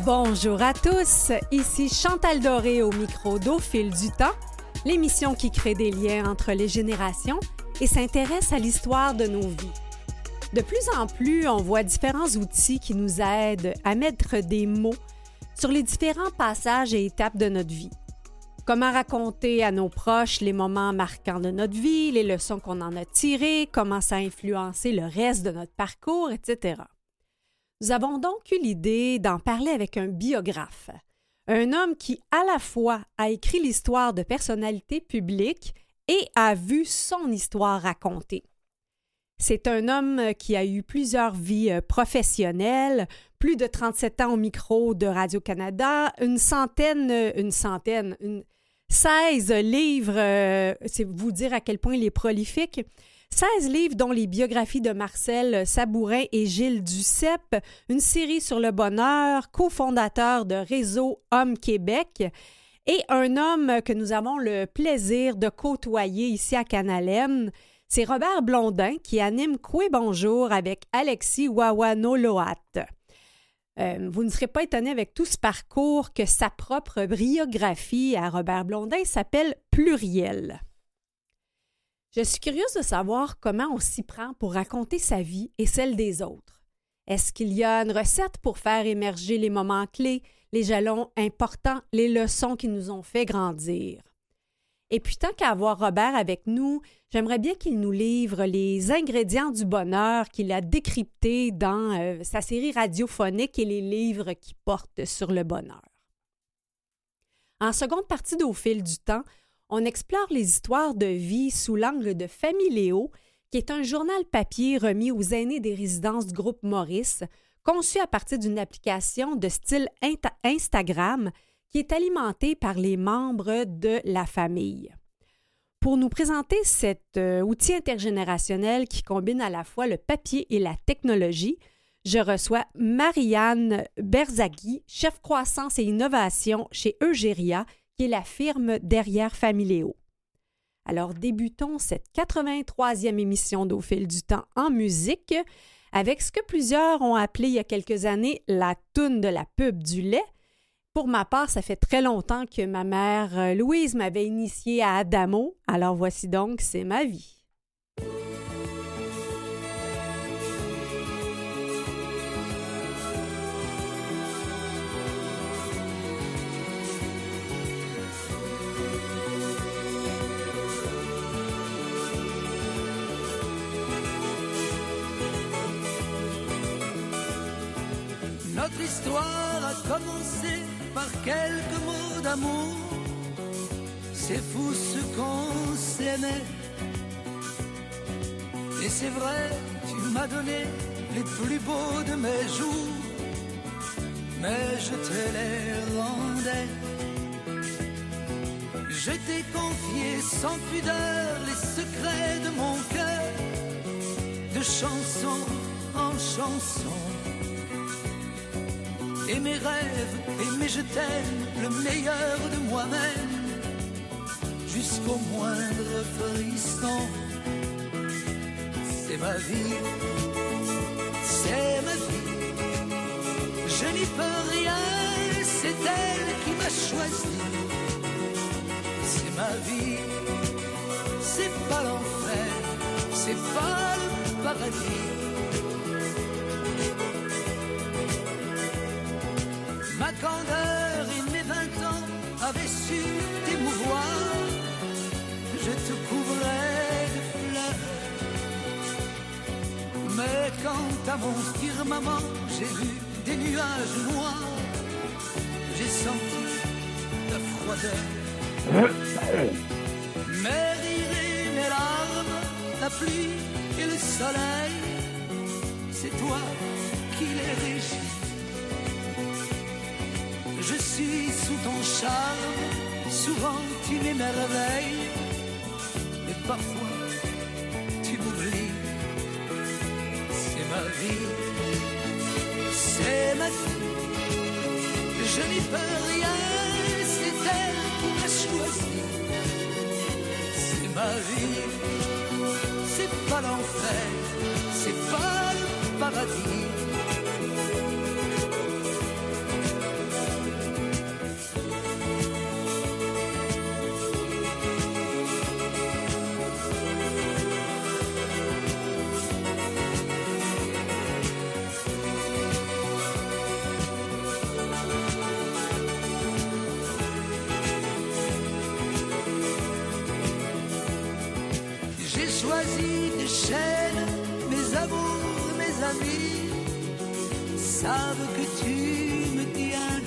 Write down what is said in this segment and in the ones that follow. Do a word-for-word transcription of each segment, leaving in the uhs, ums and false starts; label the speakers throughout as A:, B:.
A: Bonjour à tous, ici Chantal Doré au micro d'Au fil du temps, l'émission qui crée des liens entre les générations et s'intéresse à l'histoire de nos vies. De plus en plus, on voit différents outils qui nous aident à mettre des mots sur les différents passages et étapes de notre vie. Comment raconter à nos proches les moments marquants de notre vie, les leçons qu'on en a tirées, comment ça a influencé le reste de notre parcours, et cetera. Nous avons donc eu l'idée d'en parler avec un biographe, un homme qui, à la fois, a écrit l'histoire de personnalités publiques et a vu son histoire racontée. C'est un homme qui a eu plusieurs vies professionnelles, plus de trente-sept ans au micro de Radio-Canada, une centaine, une centaine, une, seize livres, euh, c'est vous dire à quel point il est prolifique, seize livres dont les biographies de Marcel Sabourin et Gilles Duceppe, une série sur le bonheur, cofondateur de Réseau Hommes Québec, et un homme que nous avons le plaisir de côtoyer ici à Canalem, c'est Robert Blondin qui anime Coué Bonjour avec Alexis Wawanoloat. Euh, vous ne serez pas étonné avec tout ce parcours que sa propre biographie à Robert Blondin s'appelle Pluriel. Je suis curieuse de savoir comment on s'y prend pour raconter sa vie et celle des autres. Est-ce qu'il y a une recette pour faire émerger les moments clés, les jalons importants, les leçons qui nous ont fait grandir? Et puis, tant qu'à avoir Robert avec nous, j'aimerais bien qu'il nous livre les ingrédients du bonheur qu'il a décryptés dans euh, sa série radiophonique et les livres qui portent sur le bonheur. En seconde partie d'Au fil du temps, on explore les histoires de vie sous l'angle de Familéo, qui est un journal papier remis aux aînés des résidences du groupe Maurice, conçu à partir d'une application de style Instagram qui est alimentée par les membres de la famille. Pour nous présenter cet euh, outil intergénérationnel qui combine à la fois le papier et la technologie, je reçois Marianne Berzaghi, chef croissance et innovation chez Eugéria, qui est la firme derrière Familéo. Alors, débutons cette quatre-vingt-troisième émission d'Au fil du temps en musique avec ce que plusieurs ont appelé il y a quelques années la toune de la pub du lait. Pour ma part, ça fait très longtemps que ma mère Louise m'avait initiée à Adamo. Alors voici donc C'est ma vie.
B: Notre histoire a commencé par quelques mots d'amour. C'est fou ce qu'on s'aimait. Et c'est vrai, tu m'as donné les plus beaux de mes jours, mais je te les rendais. Je t'ai confié sans pudeur les secrets de mon cœur, de chanson en chanson. Et mes rêves, et mes je t'aime, le meilleur de moi-même, jusqu'au moindre frisson. C'est ma vie, c'est ma vie, je n'y peux rien, c'est elle qui m'a choisi. C'est ma vie, c'est pas l'enfer, c'est pas le paradis. Ma candeur et mes vingt ans avaient su t'émouvoir. Je te couvrais de fleurs. Mais quand à mon firmament j'ai vu des nuages noirs, j'ai senti ta froideur. Mes rires et mes larmes, la pluie et le soleil, c'est toi qui les régis. Je suis sous ton charme, souvent tu m'émerveilles, mais parfois tu m'oublies. C'est ma vie, c'est ma vie, je n'y peux rien, c'est elle qui m'a choisi. C'est ma vie, c'est pas l'enfer, c'est pas le paradis. J'ai choisi des chaînes, mes amours, mes amis savent que tu me tiens.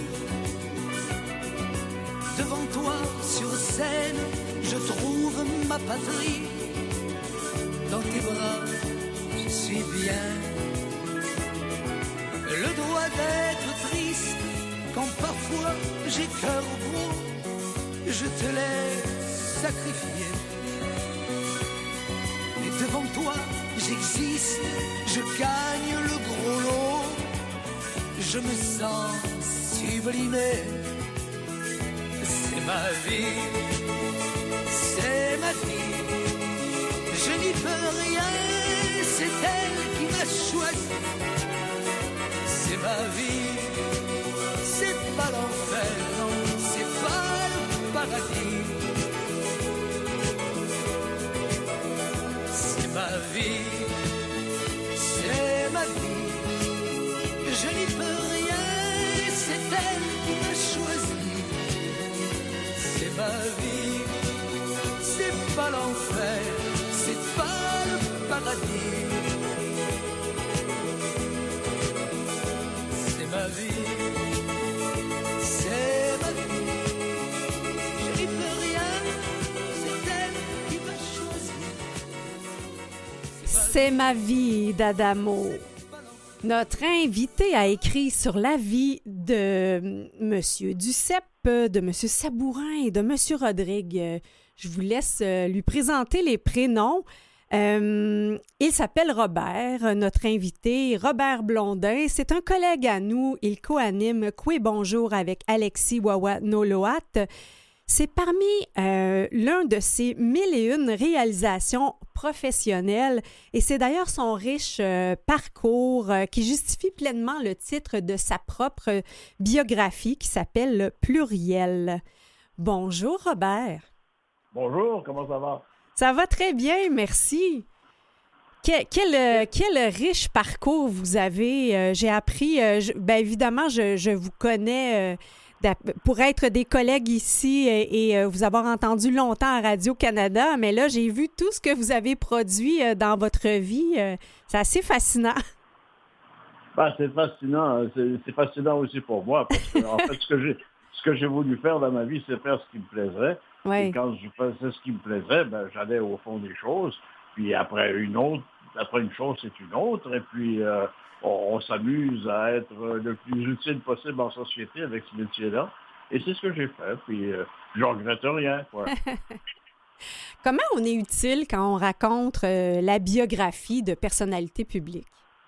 B: Devant toi sur scène, je trouve ma patrie. Dans tes bras, je suis bien. Le droit d'être triste quand parfois j'ai cœur gros, je te laisse sacrifier. Et devant toi, j'existe, je gagne le gros lot. Je me sens sublimé. C'est ma vie, c'est ma vie. Je n'y peux rien, c'est elle qui m'a choisi. C'est ma vie, c'est pas l'enfer, non, c'est pas le paradis. C'est ma vie, c'est ma vie. Je n'y peux rien, c'est elle qui m'a choisi. C'est ma vie, c'est pas l'enfer, c'est pas le paradis. C'est ma vie, c'est ma vie. Je n'y peux rien, c'est elle qui m'a choisi.
A: C'est ma vie d'Adamo. Notre invité a écrit sur la vie de M. Duceppe, de M. Sabourin et de M. Rodrigue. Je vous laisse lui présenter les prénoms. Euh, il s'appelle Robert, notre invité, Robert Blondin. C'est un collègue à nous. Il co-anime Coué Bonjour avec Alexis Wawa Noloat. C'est parmi euh, l'un de ses mille et une réalisations professionnelles et c'est d'ailleurs son riche euh, parcours euh, qui justifie pleinement le titre de sa propre biographie qui s'appelle Pluriel. Bonjour Robert.
C: Bonjour, comment ça va?
A: Ça va très bien, merci. Que, quel, euh, quel riche parcours vous avez. Euh, j'ai appris, euh, je, bien évidemment, je, je vous connais... Euh, pour être des collègues ici et, et vous avoir entendu longtemps à Radio-Canada, mais là, j'ai vu tout ce que vous avez produit dans votre vie. C'est assez fascinant.
C: Ben, c'est fascinant. C'est, c'est fascinant aussi pour moi parce que, en fait, ce que j'ai ce que j'ai voulu faire dans ma vie, c'est faire ce qui me plairait.
A: Ouais.
C: Et quand je faisais ce qui me plaisait, ben, j'allais au fond des choses. Puis après une autre, après une chose, c'est une autre. Et puis, euh, on, on s'amuse à être le plus utile possible en société avec ce métier-là. Et c'est ce que j'ai fait. Puis, euh, je regrette rien, quoi.
A: Comment on est utile quand on raconte euh, la biographie de personnalités publiques?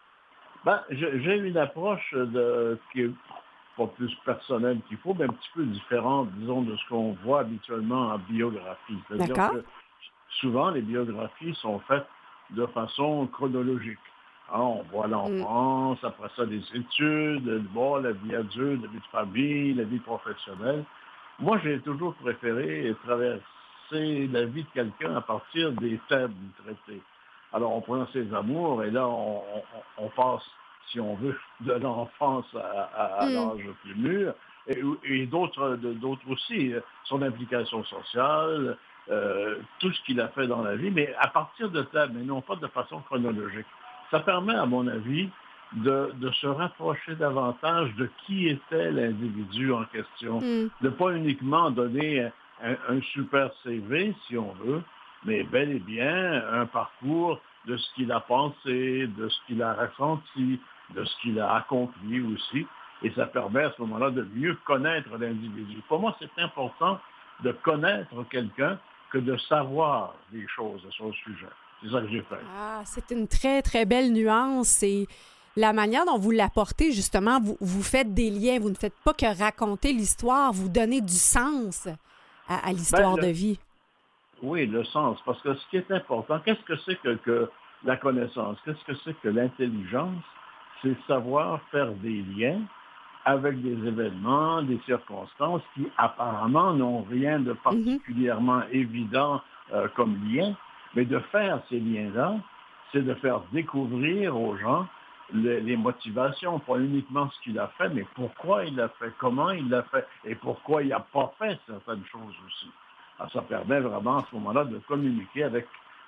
C: Ben, j'ai une approche de, qui est pas plus personnelle qu'il faut, mais un petit peu différente, disons, de ce qu'on voit habituellement en biographie. C'est-à-dire
A: D'accord.
C: que souvent, les biographies sont faites de façon chronologique. Hein, on voit l'enfance, mm. après ça, les études, bon, la vie adulte, la vie de famille, la vie professionnelle. Moi, j'ai toujours préféré traverser la vie de quelqu'un à partir des thèmes traités. Alors, on prend ses amours et là, on, on, on passe, si on veut, de l'enfance à, à, à mm. l'âge plus mûr. Et, et d'autres, d'autres aussi, son implication sociale, euh, tout ce qu'il a fait dans la vie, mais à partir de thèmes, mais non pas de façon chronologique. Ça permet, à mon avis, de, de se rapprocher davantage de qui était l'individu en question. Mm. De ne pas uniquement donner un, un super C V, si on veut, mais bel et bien un parcours de ce qu'il a pensé, de ce qu'il a ressenti, de ce qu'il a accompli aussi. Et ça permet à ce moment-là de mieux connaître l'individu. Pour moi, c'est important de connaître quelqu'un que de savoir des choses à son sujet. C'est ça que j'ai fait.
A: Ah, c'est une très, très belle nuance. Et la manière dont vous l'apportez, justement, vous, vous faites des liens. Vous ne faites pas que raconter l'histoire, vous donnez du sens à, à l'histoire ben, le, de vie.
C: Oui, le sens. Parce que ce qui est important, qu'est-ce que c'est que, que la connaissance? Qu'est-ce que c'est que l'intelligence? C'est savoir faire des liens avec des événements, des circonstances qui apparemment n'ont rien de particulièrement mm-hmm. évident euh, comme lien, mais de faire ces liens-là, c'est de faire découvrir aux gens les, les motivations, pas uniquement ce qu'il a fait, mais pourquoi il l'a fait, comment il l'a fait, et pourquoi il n'a pas fait certaines choses aussi. Alors, ça permet vraiment à ce moment-là de communiquer avec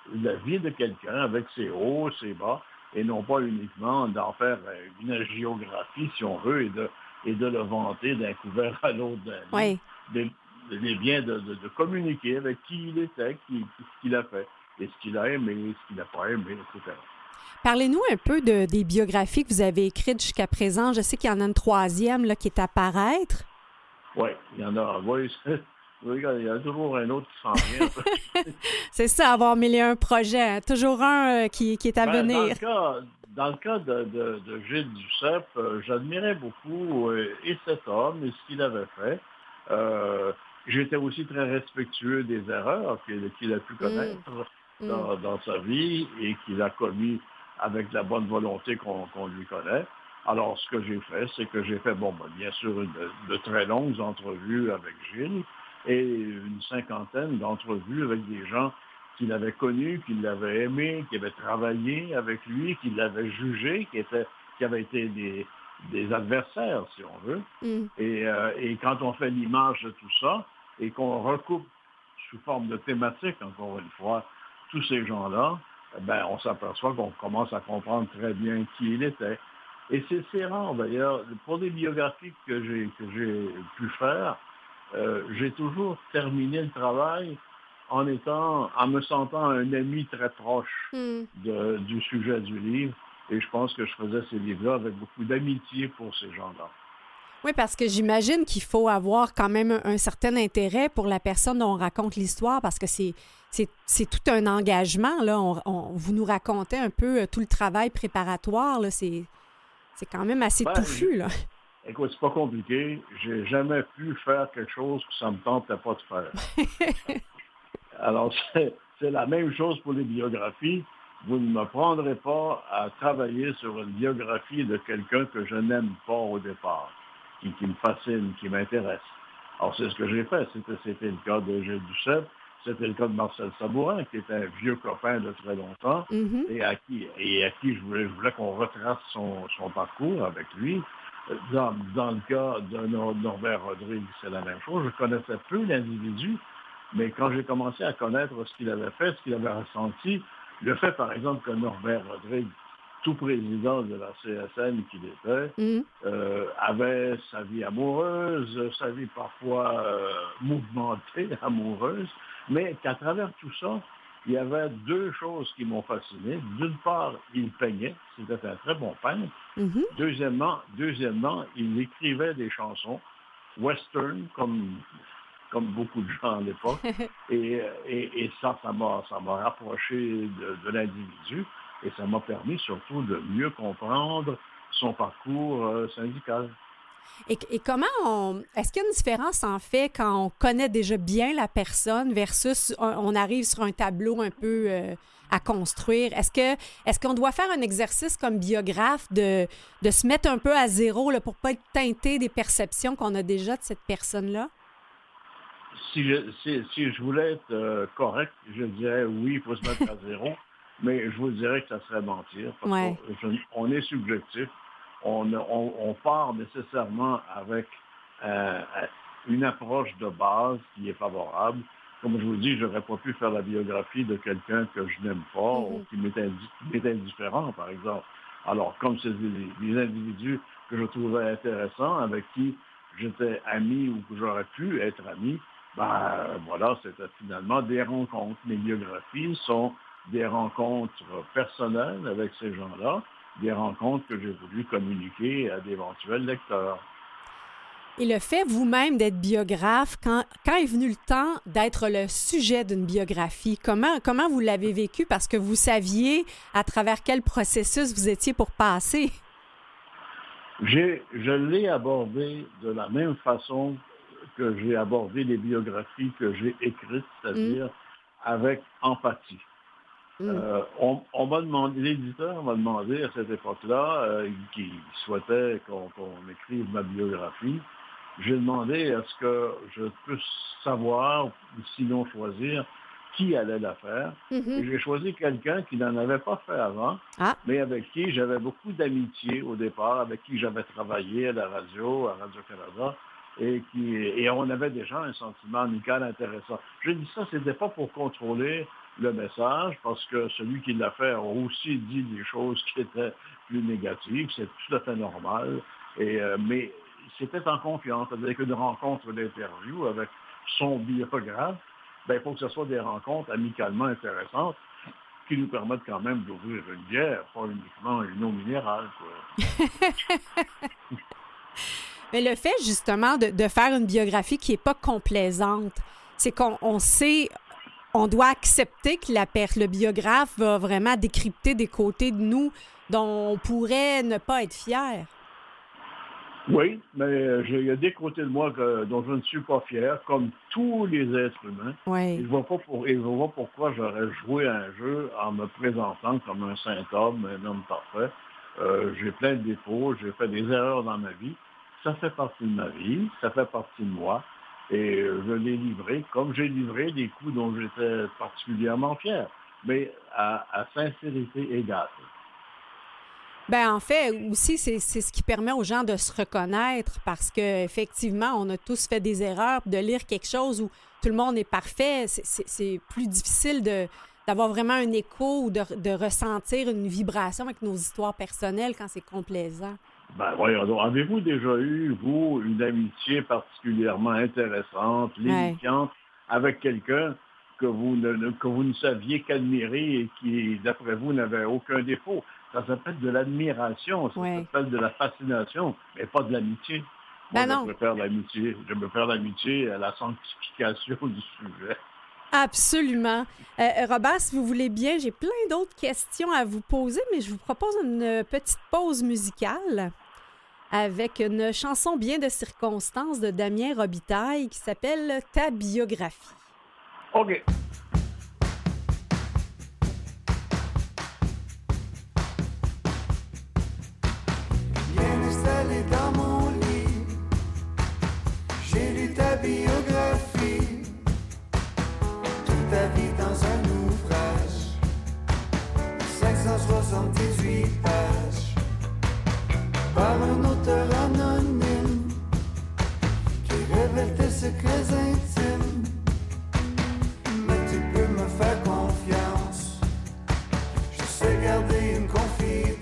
C: la vie de quelqu'un avec ses hauts, ses bas, et non pas uniquement d'en faire une agiographie, si on veut, et de, et de le vanter d'un couvert à l'autre d'un livre.
A: Oui.
C: Mais, mais bien de, de, de communiquer avec qui il était, qui, ce qu'il a fait, et ce qu'il a aimé, ce qu'il n'a pas aimé, et cetera.
A: Parlez-nous un peu de, des biographies que vous avez écrites jusqu'à présent. Je sais qu'il y en a une troisième là, qui est à paraître.
C: Oui, il y en a. Oui, oui, il y a toujours un autre qui s'en vient.
A: C'est ça, avoir mille et un projets. Hein. Toujours un euh, qui, qui est à
C: Ben,
A: venir.
C: Dans le cas, dans le cas de, de, de Gilles Duceppe, euh, j'admirais beaucoup euh, et cet homme et ce qu'il avait fait. Euh, J'étais aussi très respectueux des erreurs qu'il qu'il a pu connaître
A: Mm.
C: dans,
A: Mm.
C: dans sa vie et qu'il a commis avec la bonne volonté qu'on qu'on lui connaît. Alors, ce que j'ai fait, c'est que j'ai fait, bon, ben, bien sûr, une, de très longues entrevues avec Gilles et une cinquantaine d'entrevues avec des gens qu'il avait connus, qu'il l'avait aimé, qui avaient travaillé avec lui, qui l'avaient jugé, qui, étaient, qui avaient été des, des adversaires, si on veut.
A: Mm.
C: Et, euh, et quand on fait l'image de tout ça et qu'on recoupe sous forme de thématique, encore une fois, tous ces gens-là, ben, on s'aperçoit qu'on commence à comprendre très bien qui il était. Et c'est c'est rare d'ailleurs, pour des biographies que j'ai que j'ai pu faire, euh, j'ai toujours terminé le travail en étant, en me sentant un ami très proche
A: Mm.
C: de, du sujet du livre. Et je pense que je faisais ces livres-là avec beaucoup d'amitié pour ces gens-là.
A: Oui, parce que j'imagine qu'il faut avoir quand même un, un certain intérêt pour la personne dont on raconte l'histoire, parce que c'est, c'est, c'est tout un engagement. Là. On, on, vous nous racontez un peu euh, tout le travail préparatoire. Là. C'est, c'est quand même assez
C: Ben,
A: touffu. Là.
C: Écoute, c'est pas compliqué. J'ai jamais pu faire quelque chose que ça me tentait pas de faire. Alors, c'est, c'est la même chose pour les biographies. Vous ne me prendrez pas à travailler sur une biographie de quelqu'un que je n'aime pas au départ, qui, qui me fascine, qui m'intéresse. Alors, c'est ce que j'ai fait. C'était, c'était le cas de Gilles Duceppe, c'était le cas de Marcel Sabourin, qui était un vieux copain de très longtemps,
A: Mm-hmm.
C: et à qui, et à qui je, voulais, je voulais qu'on retrace son, son parcours avec lui. Dans, dans le cas de Norbert Rodrigue, c'est la même chose. Je connaissais peu l'individu, mais quand j'ai commencé à connaître ce qu'il avait fait, ce qu'il avait ressenti, le fait, par exemple, que Norbert Rodrigue, tout président de la C S N qu'il était,
A: Mm-hmm.
C: euh, avait sa vie amoureuse, sa vie parfois euh, mouvementée, amoureuse, mais qu'à travers tout ça, il y avait deux choses qui m'ont fasciné. D'une part, il peignait, c'était un très bon peintre.
A: Mm-hmm.
C: Deuxièmement, deuxièmement, il écrivait des chansons western, comme, comme beaucoup de gens à l'époque. Et, et, et ça, ça m'a, ça m'a rapproché de, de l'individu et ça m'a permis surtout de mieux comprendre son parcours euh, syndical.
A: Et, et comment on... Est-ce qu'il y a une différence, en fait, quand on connaît déjà bien la personne versus on, on arrive sur un tableau un peu euh, à construire? Est-ce que est-ce qu'on doit faire un exercice comme biographe de, de se mettre un peu à zéro là, pour ne pas être teinté des perceptions qu'on a déjà de cette personne-là?
C: Si je, si, si je voulais être euh, correct, je dirais oui, il faut se mettre à zéro, mais je vous dirais que ça serait mentir, parce
A: Ouais.
C: qu'on on est subjectif. On, on, on part nécessairement avec euh, une approche de base qui est favorable. Comme je vous dis, je n'aurais pas pu faire la biographie de quelqu'un que je n'aime pas mm-hmm. ou qui m'est, indi- m'est indifférent, par exemple. Alors, comme c'est des, des individus que je trouvais intéressants, avec qui j'étais ami ou que j'aurais pu être ami, ben voilà, c'était finalement des rencontres. Mes biographies sont des rencontres personnelles avec ces gens-là, des rencontres que j'ai voulu communiquer à d'éventuels lecteurs.
A: Et le fait vous-même d'être biographe, quand, quand est venu le temps d'être le sujet d'une biographie, comment, comment vous l'avez vécu? Parce que vous saviez à travers quel processus vous étiez pour passer.
C: J'ai, je l'ai abordé de la même façon que j'ai abordé les biographies que j'ai écrites, c'est-à-dire mmh. avec empathie. Mmh. Euh, on, on m'a demandé, l'éditeur m'a demandé à cette époque-là, euh, qui souhaitait qu'on, qu'on écrive ma biographie, j'ai demandé est-ce que je puisse savoir, ou sinon choisir, qui allait la faire. Mmh. Et j'ai choisi quelqu'un qui n'en avait pas fait avant, ah. mais avec qui j'avais beaucoup d'amitié au départ, avec qui j'avais travaillé à la radio, à Radio-Canada, et, qui, et on avait déjà un sentiment amical intéressant. Je dis ça, c'était pas pour contrôler le message, parce que celui qui l'a fait a aussi dit des choses qui étaient plus négatives. C'est tout à fait normal. Et, euh, mais c'était en confiance, avec une rencontre d'interview avec son biographe. Ben, il faut que ce soit des rencontres amicalement intéressantes qui nous permettent quand même d'ouvrir une bière, pas uniquement une eau minérale, quoi.
A: Mais le fait, justement, de, de faire une biographie qui n'est pas complaisante, c'est qu'on on sait, on doit accepter que la, le biographe va vraiment décrypter des côtés de nous dont on pourrait ne pas être fier.
C: Oui, mais il y a des côtés de moi que, dont je ne suis pas fier, comme tous les êtres humains.
A: Oui.
C: Et je ne vois pas pour, et je vois pourquoi j'aurais joué à un jeu en me présentant comme un saint homme, un homme parfait. Euh, j'ai plein de défauts, j'ai fait des erreurs dans ma vie. Ça fait partie de ma vie, ça fait partie de moi. Et je l'ai livré, comme j'ai livré des coups dont j'étais particulièrement fier, mais à, à sincérité égale.
A: Ben en fait, aussi, c'est, c'est ce qui permet aux gens de se reconnaître parce qu'effectivement, on a tous fait des erreurs. De lire quelque chose où tout le monde est parfait, c'est, c'est, c'est plus difficile de, d'avoir vraiment un écho ou de, de ressentir une vibration avec nos histoires personnelles quand c'est complaisant.
C: Ben voyons donc, avez-vous déjà eu, vous, une amitié particulièrement intéressante, lénifiante, ouais. avec quelqu'un que vous, ne, que vous ne saviez qu'admirer et qui, d'après vous, n'avait aucun défaut? Ça s'appelle de l'admiration, ça ouais. s'appelle de la fascination, mais pas de l'amitié. Moi, ben je non. préfère l'amitié. Je préfère l'amitié à la sanctification du sujet.
A: Absolument. Euh, Robert, si vous voulez bien, j'ai plein d'autres questions à vous poser, mais je vous propose une petite pause musicale avec une chanson bien de circonstance de Damien Robitaille qui s'appelle « Ta biographie ».
C: OK.
B: Dans mon lit, j'ai lu ta biographie, toute ta vie dans un ouvrage, cinq cent soixante-dix-huit pages, par un auteur anonyme, qui révèle tes secrets intimes. Mais tu peux me faire confiance, je sais garder une confidence.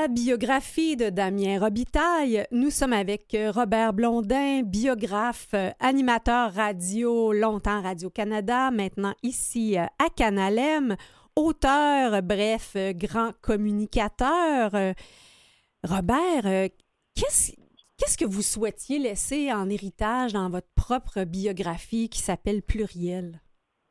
A: biographie de Damien Robitaille. Nous sommes avec Robert Blondin, biographe, animateur radio, longtemps Radio-Canada, maintenant ici à Canalem, auteur, bref, grand communicateur. Robert, qu'est-ce, qu'est-ce que vous souhaitiez laisser en héritage dans votre propre biographie qui s'appelle Pluriel?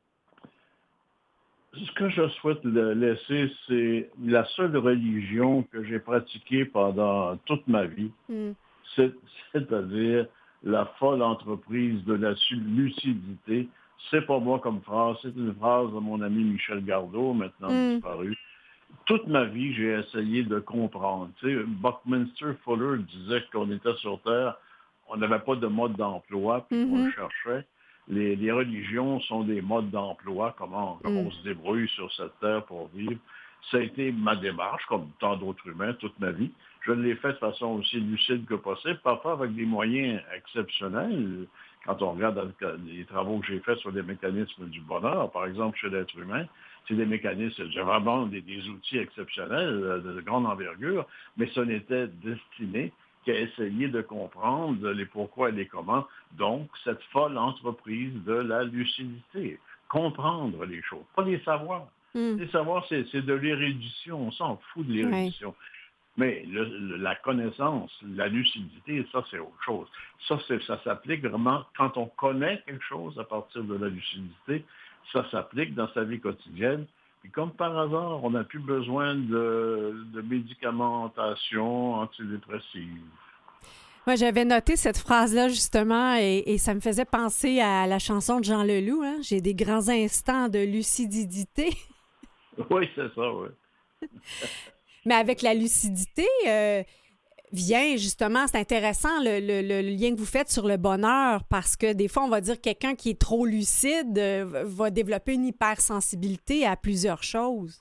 C: Ce que je souhaite laisser, c'est la seule religion que j'ai pratiquée pendant toute ma vie, mm. c'est, c'est-à-dire la folle entreprise de la lucidité. C'est pas moi comme phrase, c'est une phrase de mon ami Michel Gardeau, maintenant mm. disparu. Toute ma vie, j'ai essayé de comprendre. Tu sais, Buckminster Fuller disait qu'on était sur Terre, on n'avait pas de mode d'emploi, puis mm-hmm. on le cherchait. Les, les religions sont des modes d'emploi, comment, comment mm. on se débrouille sur cette terre pour vivre. Ça a été ma démarche, comme tant d'autres humains, toute ma vie. Je l'ai fait de façon aussi lucide que possible, parfois avec des moyens exceptionnels. Quand on regarde les travaux que j'ai faits sur les mécanismes du bonheur, par exemple chez l'être humain, c'est des mécanismes, j'ai vraiment des, des outils exceptionnels de, de grande envergure, mais ce n'était destiné qu'à essayer de comprendre les pourquoi et les comment. Donc, cette folle entreprise de la lucidité. Comprendre les choses, pas les savoirs. Mm. Les savoirs, c'est, c'est de l'érudition. On s'en fout de l'érudition. Ouais. Mais le, le, la connaissance, la lucidité, ça, c'est autre chose. Ça, c'est, ça s'applique vraiment quand on connaît quelque chose à partir de la lucidité. Ça s'applique dans sa vie quotidienne. Et comme par hasard, on n'a plus besoin de, de médicamentation antidépressive.
A: Moi, j'avais noté cette phrase-là, justement, et, et ça me faisait penser à la chanson de Jean Leloup. Hein? J'ai des grands instants de lucidité.
C: Oui, c'est ça, oui.
A: Mais avec la lucidité, euh, vient justement, c'est intéressant le, le, le lien que vous faites sur le bonheur, parce que des fois, on va dire que quelqu'un qui est trop lucide euh, va développer une hypersensibilité à plusieurs choses.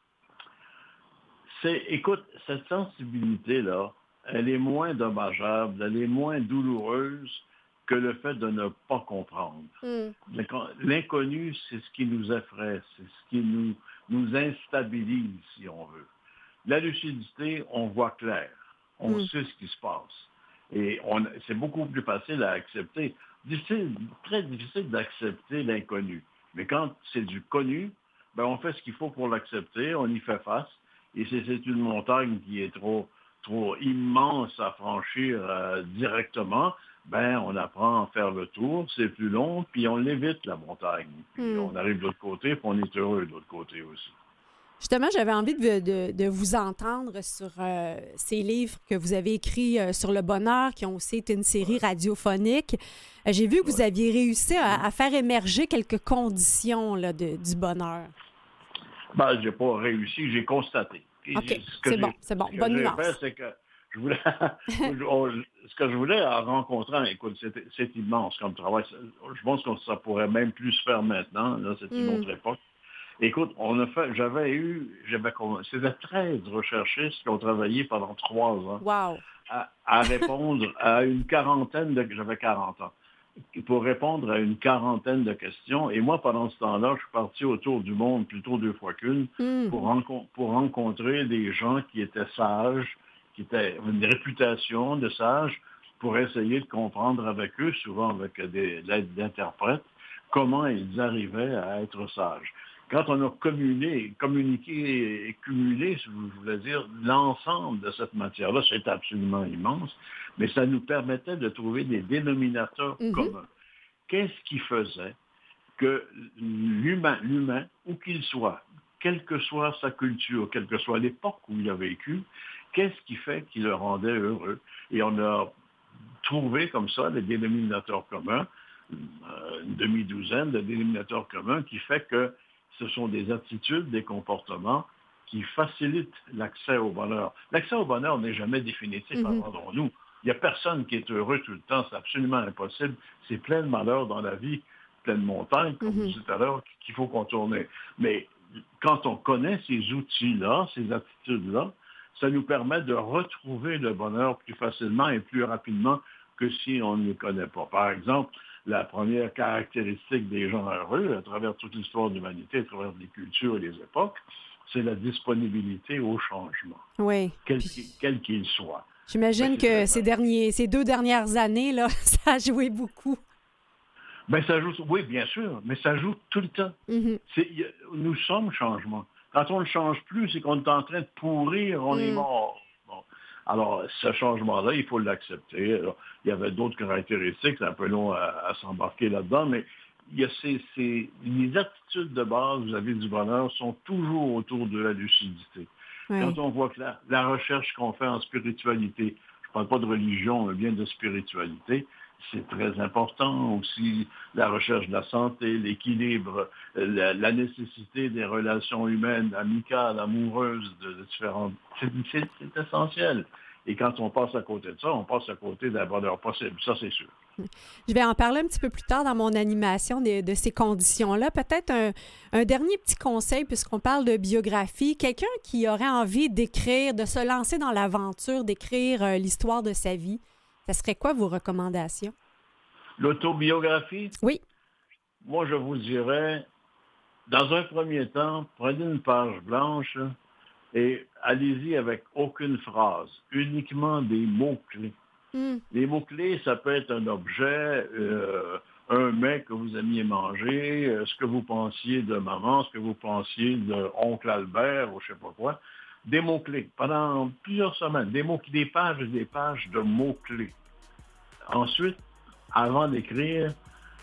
C: C'est, écoute, cette sensibilité-là, elle est moins dommageable, elle est moins douloureuse que le fait de ne pas comprendre. Mm. L'inconnu, c'est ce qui nous effraie, c'est ce qui nous, nous instabilise, si on veut. La lucidité, on voit clair. On mm. sait ce qui se passe. Et on, c'est beaucoup plus facile à accepter. Difficile, très difficile d'accepter l'inconnu. Mais quand c'est du connu, ben on fait ce qu'il faut pour l'accepter, on y fait face. Et si c'est une montagne qui est trop, trop immense à franchir euh, directement, ben on apprend à faire le tour, c'est plus long, puis on l'évite, la montagne. Puis mm. on arrive de l'autre côté, puis on est heureux de l'autre côté aussi.
A: Justement, j'avais envie de, de, de vous entendre sur euh, ces livres que vous avez écrits euh, sur le bonheur, qui ont aussi été une série ouais. radiophonique. Euh, j'ai vu que vous aviez réussi à, à faire émerger quelques conditions là, de, du bonheur.
C: Ben, j'ai pas réussi, j'ai constaté.
A: Et OK, c'est bon, c'est bon. Bonne nuance.
C: Fait, c'est que je voulais, ce que je voulais en rencontrant, écoute, c'est, c'est immense comme travail. Je pense que ça pourrait même plus se faire maintenant. Là, c'est une mm. autre époque. Écoute, on a fait, j'avais eu, j'avais, c'était treize recherchistes qui ont travaillé pendant trois ans
A: wow.
C: à, à répondre à une quarantaine de, j'avais quarante ans, pour répondre à une quarantaine de questions. Et moi, pendant ce temps-là, je suis parti autour du monde plutôt deux fois qu'une mm. pour, renco- pour rencontrer des gens qui étaient sages, qui étaient une réputation de sages, pour essayer de comprendre avec eux, souvent avec des, l'aide d'interprètes, comment ils arrivaient à être sages. Quand on a communiqué, communiqué et cumulé, je voulais dire, l'ensemble de cette matière-là, c'est absolument immense, mais ça nous permettait de trouver des dénominateurs mm-hmm. communs. Qu'est-ce qui faisait que l'humain, l'humain, où qu'il soit, quelle que soit sa culture, quelle que soit l'époque où il a vécu, qu'est-ce qui fait qu'il le rendait heureux? Et on a trouvé comme ça des dénominateurs communs, une demi-douzaine de dénominateurs communs qui fait que ce sont des attitudes, des comportements qui facilitent l'accès au bonheur. L'accès au bonheur n'est jamais définitif, mm-hmm. abandonnons-nous. Il n'y a personne qui est heureux tout le temps, c'est absolument impossible. C'est plein de malheurs dans la vie, plein de montagnes, comme mm-hmm. je disais tout à l'heure, qu'il faut contourner. Mais quand on connaît ces outils-là, ces attitudes-là, ça nous permet de retrouver le bonheur plus facilement et plus rapidement que si on ne le connaît pas. Par exemple, la première caractéristique des gens heureux, à travers toute l'histoire de l'humanité, à travers les cultures et les époques, c'est la disponibilité au changement,
A: oui.
C: quel,
A: Puis,
C: quel qu'il soit.
A: J'imagine
C: Ben,
A: que ces, derniers, ces deux dernières années, là, ça a joué beaucoup.
C: Ben, ça joue, oui, bien sûr, mais ça joue tout le temps.
A: Mm-hmm.
C: C'est, nous sommes changement. Quand on ne change plus, c'est qu'on est en train de pourrir, on mm. est mort. Bon. Alors, ce changement-là, il faut l'accepter. Alors, il y avait d'autres caractéristiques, c'est un peu long à, à s'embarquer là-dedans, mais il y a ces, ces, les attitudes de base vis-à-vis du bonheur sont toujours autour de la lucidité. Oui. Quand on voit que la, la recherche qu'on fait en spiritualité, je ne parle pas de religion, mais bien de spiritualité, c'est très important aussi, la recherche de la santé, l'équilibre, la, la nécessité des relations humaines, amicales, amoureuses, de, de différentes... C'est, c'est, c'est essentiel. Et quand on passe à côté de ça, on passe à côté d'un bonheur possible. Ça, c'est sûr.
A: Je vais en parler un petit peu plus tard dans mon animation de, de ces conditions-là. Peut-être un, un dernier petit conseil, puisqu'on parle de biographie. Quelqu'un qui aurait envie d'écrire, de se lancer dans l'aventure, d'écrire euh, l'histoire de sa vie, ça serait quoi vos recommandations?
C: L'autobiographie?
A: Oui.
C: Moi, je vous dirais, dans un premier temps, prenez une page blanche et allez-y avec aucune phrase, uniquement des mots-clés. Mm. Les mots-clés, ça peut être un objet, euh, un mets que vous aimiez manger, euh, ce que vous pensiez de maman, ce que vous pensiez de oncle Albert ou je ne sais pas quoi. Des mots-clés, pendant plusieurs semaines, des mots, des pages et des pages de mots-clés. Ensuite, avant d'écrire,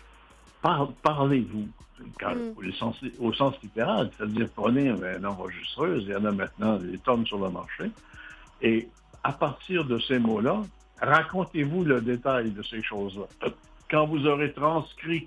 C: par, parlez-vous. Quand, mm. au, sens, au sens littéral, c'est-à-dire prenez une enregistreuse, il y en a maintenant des tonnes sur le marché, et à partir de ces mots-là, racontez-vous le détail de ces choses-là. Quand vous aurez transcrit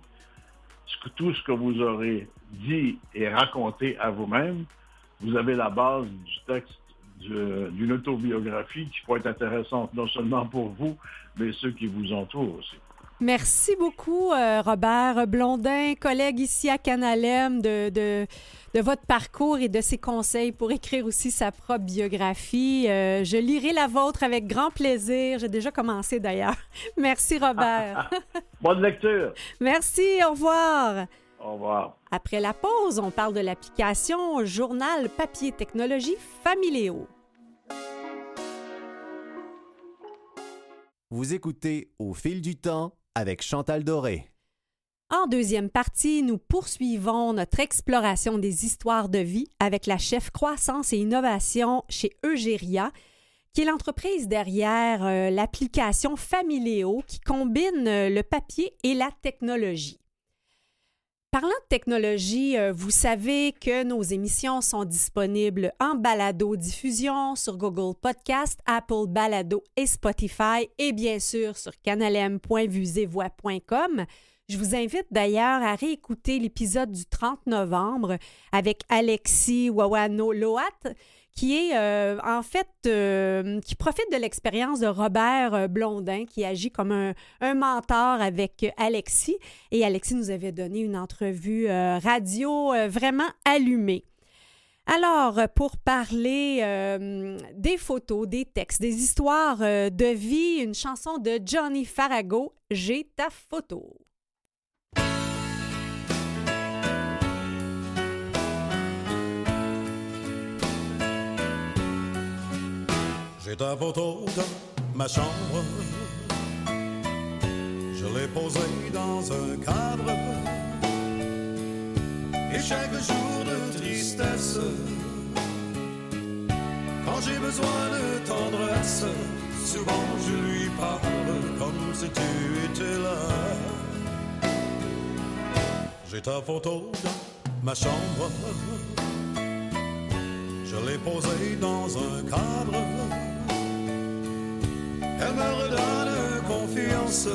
C: ce que, tout ce que vous aurez dit et raconté à vous-même, vous avez la base du texte du, d'une autobiographie qui peut être intéressante non seulement pour vous, mais ceux qui vous entourent aussi.
A: Merci beaucoup, euh, Robert Blondin, collègue ici à Canalem, de, de, de votre parcours et de ses conseils pour écrire aussi sa propre biographie. Euh, je lirai la vôtre avec grand plaisir. J'ai déjà commencé d'ailleurs. Merci, Robert.
C: Bonne lecture.
A: Merci, au revoir.
C: Au revoir.
A: Après la pause, on parle de l'application Journal Papier Technologie Familéo.
D: Vous écoutez Au fil du temps avec Chantal Doré.
A: En deuxième partie, nous poursuivons notre exploration des histoires de vie avec la chef croissance et innovation chez Eugéria, qui est l'entreprise derrière euh, l'application Familéo qui combine euh, le papier et la technologie. Parlant de technologie, euh, vous savez que nos émissions sont disponibles en balado-diffusion sur Google Podcast, Apple Balado et Spotify et bien sûr sur canalem point vusevoix point com. Je vous invite d'ailleurs à réécouter l'épisode du trente novembre avec Alexis Wawano-Loat qui est euh, en fait, euh, qui profite de l'expérience de Robert Blondin, qui agit comme un, un mentor avec Alexis. Et Alexis nous avait donné une entrevue euh, radio euh, vraiment allumée. Alors, pour parler euh, des photos, des textes, des histoires euh, de vie, une chanson de Johnny Farago, « J'ai ta photo ».
E: J'ai ta photo dans ma chambre, je l'ai posée dans un cadre, et chaque jour de tristesse, quand j'ai besoin de tendresse, souvent je lui parle comme si tu étais là. J'ai ta photo dans ma chambre, je l'ai posée dans un cadre, elle me redonne confiance.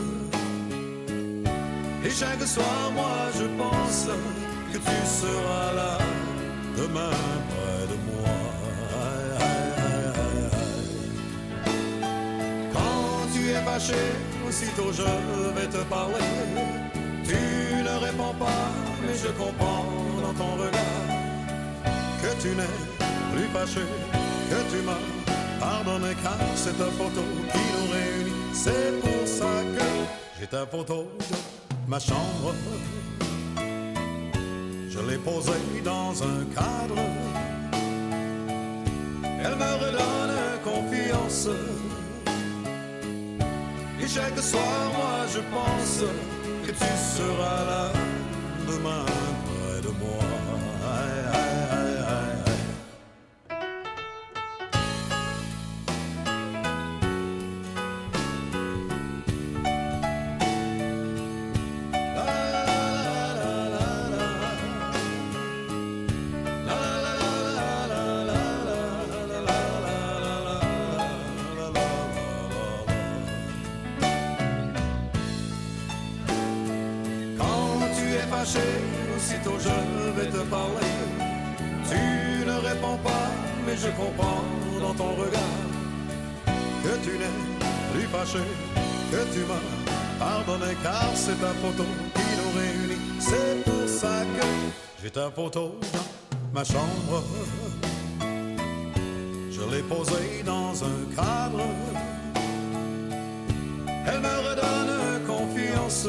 E: Et chaque soir, moi, je pense que tu seras là, demain près de moi. Quand tu es fâché, aussitôt je vais te parler. Tu ne réponds pas, mais je comprends dans ton regard que tu n'es plus fâché, que tu m'as pardonne, car c'est ta photo qui nous réunit. C'est pour ça que j'ai ta photo de ma chambre. Je l'ai posée dans un cadre, elle me redonne confiance. Et chaque soir, moi, je pense que tu seras là demain près de moi. Aïe, aïe, aïe, aïe, aïe. Aussitôt je vais te parler. Tu ne réponds pas, mais je comprends dans ton regard que tu n'es plus fâché, que tu m'as pardonné, car c'est ta photo qui nous réunit. C'est pour ça que j'ai ta photo dans ma chambre. Je l'ai posée dans un cadre. Elle me redonne confiance.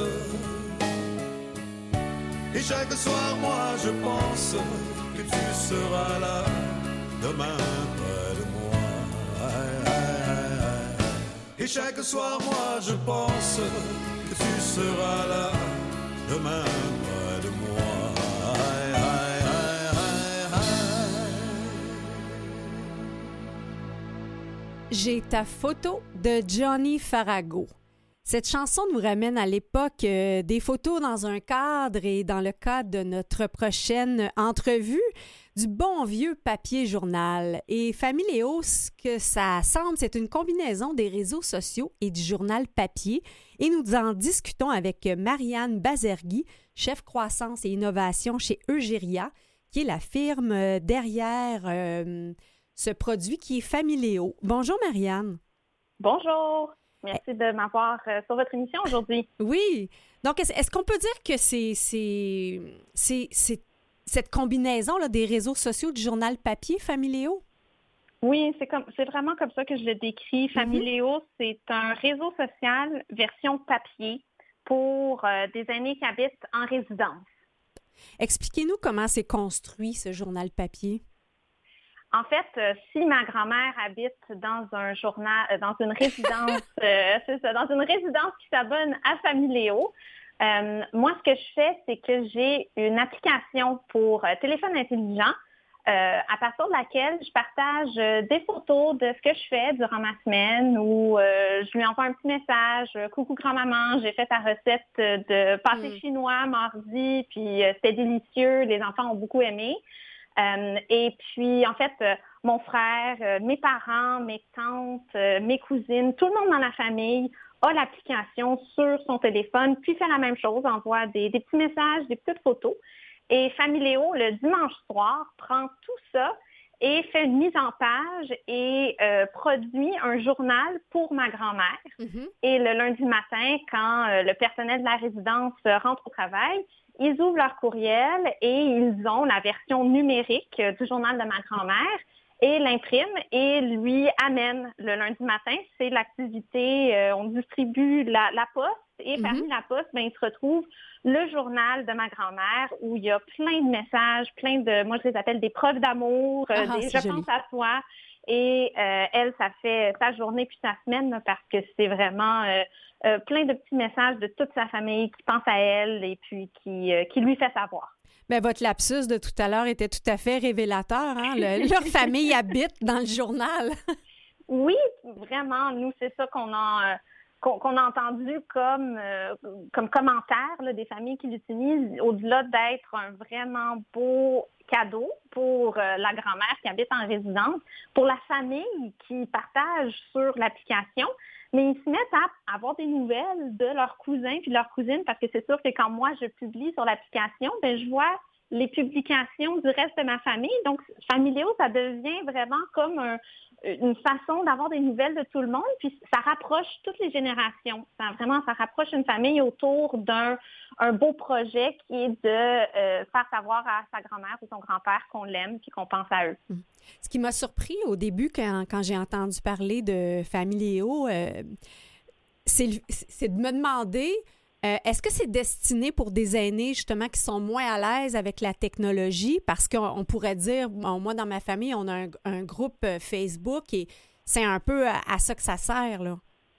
E: Et chaque soir, moi, je pense que tu seras là demain près de moi. Aïe, aïe, aïe, aïe. Et chaque soir, moi, je pense que tu seras là demain près de moi. Aïe, aïe, aïe, aïe, aïe.
A: J'ai ta photo de Johnny Farago. Cette chanson nous ramène à l'époque euh, des photos dans un cadre et dans le cadre de notre prochaine entrevue, du bon vieux papier journal. Et Familéo, ce que ça semble, c'est une combinaison des réseaux sociaux et du journal papier. Et nous en discutons avec Marianne Bazergui, chef croissance et innovation chez Eugéria, qui est la firme derrière euh, ce produit qui est Familéo. Bonjour Marianne.
F: Bonjour. Merci de m'avoir euh, sur votre émission aujourd'hui.
A: Oui. Donc, est-ce, est-ce qu'on peut dire que c'est, c'est, c'est, c'est cette combinaison là, des réseaux sociaux du journal papier, Familéo?
F: Oui, c'est, comme, c'est vraiment comme ça que je le décris. Familéo, mm-hmm. c'est un réseau social version papier pour euh, des aînés qui habitent en résidence.
A: Expliquez-nous comment c'est construit, ce journal papier.
F: En fait, euh, si ma grand-mère habite dans un journal, euh, dans une résidence, euh, c'est ça, dans une résidence qui s'abonne à Familéo, euh, moi, ce que je fais, c'est que j'ai une application pour euh, téléphone intelligent euh, à partir de laquelle je partage euh, des photos de ce que je fais durant ma semaine ou euh, je lui envoie un petit message. « Coucou grand-maman, j'ai fait ta recette de pâté mmh. chinois mardi, puis euh, c'était délicieux, les enfants ont beaucoup aimé. » Euh, et puis, en fait, euh, mon frère, euh, mes parents, mes tantes, euh, mes cousines, tout le monde dans la famille a l'application sur son téléphone, puis fait la même chose, envoie des, des petits messages, des petites photos. Et Familéo, le dimanche soir, prend tout ça et fait une mise en page et euh, produit un journal pour ma grand-mère. Mm-hmm. Et le lundi matin, quand euh, le personnel de la résidence euh, rentre au travail, ils ouvrent leur courriel et ils ont la version numérique du journal de ma grand-mère et l'impriment et lui amènent le lundi matin. C'est l'activité, euh, on distribue la, la poste et mm-hmm. parmi la poste, ben, il se retrouve le journal de ma grand-mère où il y a plein de messages, plein de, moi je les appelle des preuves d'amour, euh,
A: ah,
F: des je
A: joli.
F: pense à toi. Et euh, elle, ça fait sa journée puis sa semaine là, parce que c'est vraiment euh, euh, plein de petits messages de toute sa famille qui pense à elle et puis qui, euh, qui lui fait savoir.
A: Bien, votre lapsus de tout à l'heure était tout à fait révélateur. Hein? Le, leur famille habite dans le journal.
F: Oui, vraiment. Nous, c'est ça qu'on a... Euh, Qu'on, qu'on a entendu comme, euh, comme commentaire là, des familles qui l'utilisent, au-delà d'être un vraiment beau cadeau pour euh, la grand-mère qui habite en résidence, pour la famille qui partage sur l'application, mais ils se mettent à avoir des nouvelles de leurs cousins puis de leurs cousines, parce que c'est sûr que quand moi je publie sur l'application, ben je vois les publications du reste de ma famille. Donc, Familéo, ça devient vraiment comme un, une façon d'avoir des nouvelles de tout le monde, puis ça rapproche toutes les générations. Ça, vraiment, ça rapproche une famille autour d'un un beau projet qui est de euh, faire savoir à sa grand-mère ou son grand-père qu'on l'aime puis qu'on pense à eux.
A: Ce qui m'a surpris au début, quand, quand j'ai entendu parler de Familéo, euh, c'est, c'est de me demander... Euh, est-ce que c'est destiné pour des aînés, justement, qui sont moins à l'aise avec la technologie? Parce qu'on on pourrait dire, bon, moi, dans ma famille, on a un, un groupe Facebook et c'est un peu à, à ça que ça sert, là.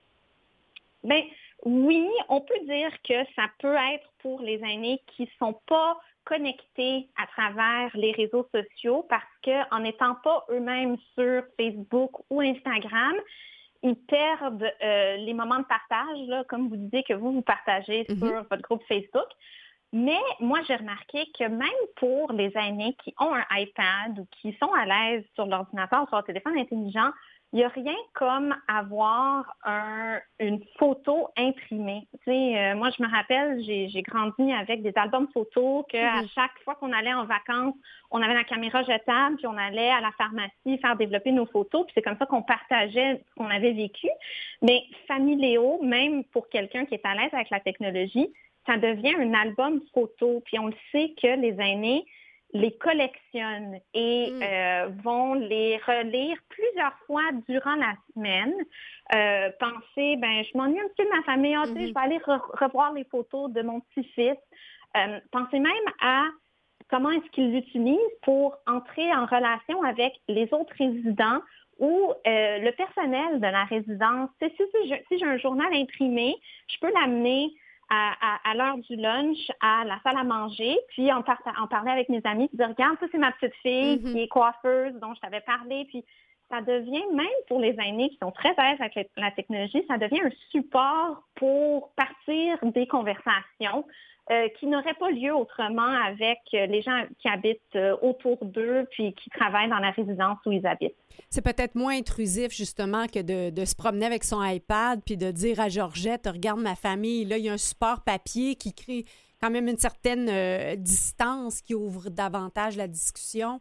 F: Bien, oui, on peut dire que ça peut être pour les aînés qui ne sont pas connectés à travers les réseaux sociaux parce qu'en n'étant pas eux-mêmes sur Facebook ou Instagram, ils perdent euh, les moments de partage, là, comme vous disiez que vous, vous partagez mm-hmm. sur votre groupe Facebook. Mais moi, j'ai remarqué que même pour les aînés qui ont un iPad ou qui sont à l'aise sur l'ordinateur ou sur leur téléphone intelligent, il n'y a rien comme avoir un, une photo imprimée. Tu sais, euh, moi, je me rappelle, j'ai, j'ai grandi avec des albums photos qu'à mmh. chaque fois qu'on allait en vacances, on avait la caméra jetable, puis on allait à la pharmacie faire développer nos photos, puis c'est comme ça qu'on partageait ce qu'on avait vécu. Mais Familéo, même pour quelqu'un qui est à l'aise avec la technologie, ça devient un album photo. Puis on le sait que les aînés les collectionnent et mm. euh, vont les relire plusieurs fois durant la semaine. Euh, penser, ben je m'ennuie un petit peu de ma famille, oh, mm-hmm. je vais aller re- revoir les photos de mon petit-fils. Euh, pensez même à comment est-ce qu'ils l'utilisent pour entrer en relation avec les autres résidents ou euh, le personnel de la résidence. Si, si, si, si j'ai un journal imprimé, je peux l'amener À, à, à l'heure du lunch, à la salle à manger, puis en, par- en parler avec mes amis, puis dire, regarde, ça c'est ma petite fille mm-hmm. qui est coiffeuse, dont je t'avais parlé, puis ça devient, même pour les aînés qui sont très à l'aise avec le- la technologie, ça devient un support pour partir des conversations euh, qui n'auraient pas lieu autrement avec les gens qui habitent euh, autour d'eux, puis qui travaillent dans la résidence où ils habitent.
A: C'est peut-être moins intrusif, justement, que de, de se promener avec son iPad puis de dire à Georgette, regarde ma famille, là, il y a un support papier qui crée quand même une certaine euh, distance qui ouvre davantage la discussion.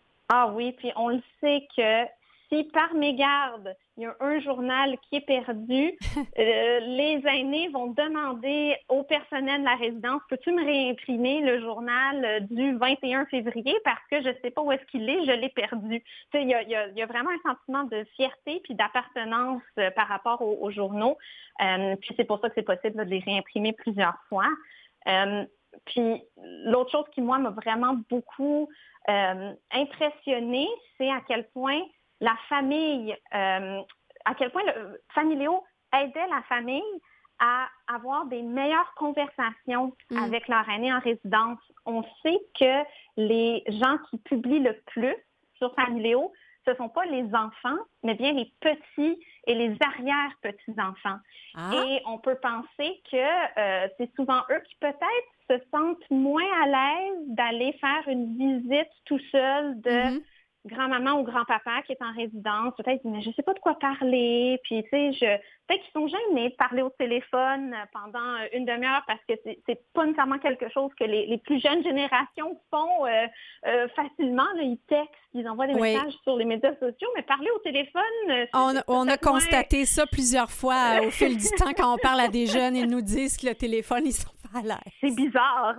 F: Ah oui, puis on le sait que si par mégarde, il y a un journal qui est perdu, euh, les aînés vont demander au personnel de la résidence, peux-tu me réimprimer le journal du vingt et un février parce que je ne sais pas où est-ce qu'il est, je l'ai perdu. Tu sais, il y a, il y a, il y a vraiment un sentiment de fierté puis d'appartenance euh, par rapport aux, aux journaux. Euh, puis c'est pour ça que c'est possible là, de les réimprimer plusieurs fois. Euh, puis l'autre chose qui, moi, m'a vraiment beaucoup euh, impressionnée, c'est à quel point la famille, euh, à quel point le Familéo aidait la famille à avoir des meilleures conversations mmh. avec leur aîné en résidence. On sait que les gens qui publient le plus sur Familéo, ce ne sont pas les enfants, mais bien les petits et les arrière-petits-enfants. Ah. Et on peut penser que euh, c'est souvent eux qui peut-être se sentent moins à l'aise d'aller faire une visite tout seul de... Mmh. grand-maman ou grand-papa qui est en résidence, peut-être, mais je ne sais pas de quoi parler, puis tu sais, je, peut-être qu'ils sont gênés de parler au téléphone pendant une demi-heure parce que c'est, c'est pas nécessairement quelque chose que les, les plus jeunes générations font euh, euh, facilement, là, ils textent, ils envoient des oui. messages sur les médias sociaux, mais parler au téléphone... C'est,
A: on
F: c'est
A: on a constaté
F: moins...
A: ça plusieurs fois au fil du temps quand on parle à des jeunes, ils nous disent que le téléphone, ils sont pas à l'aise.
F: C'est bizarre.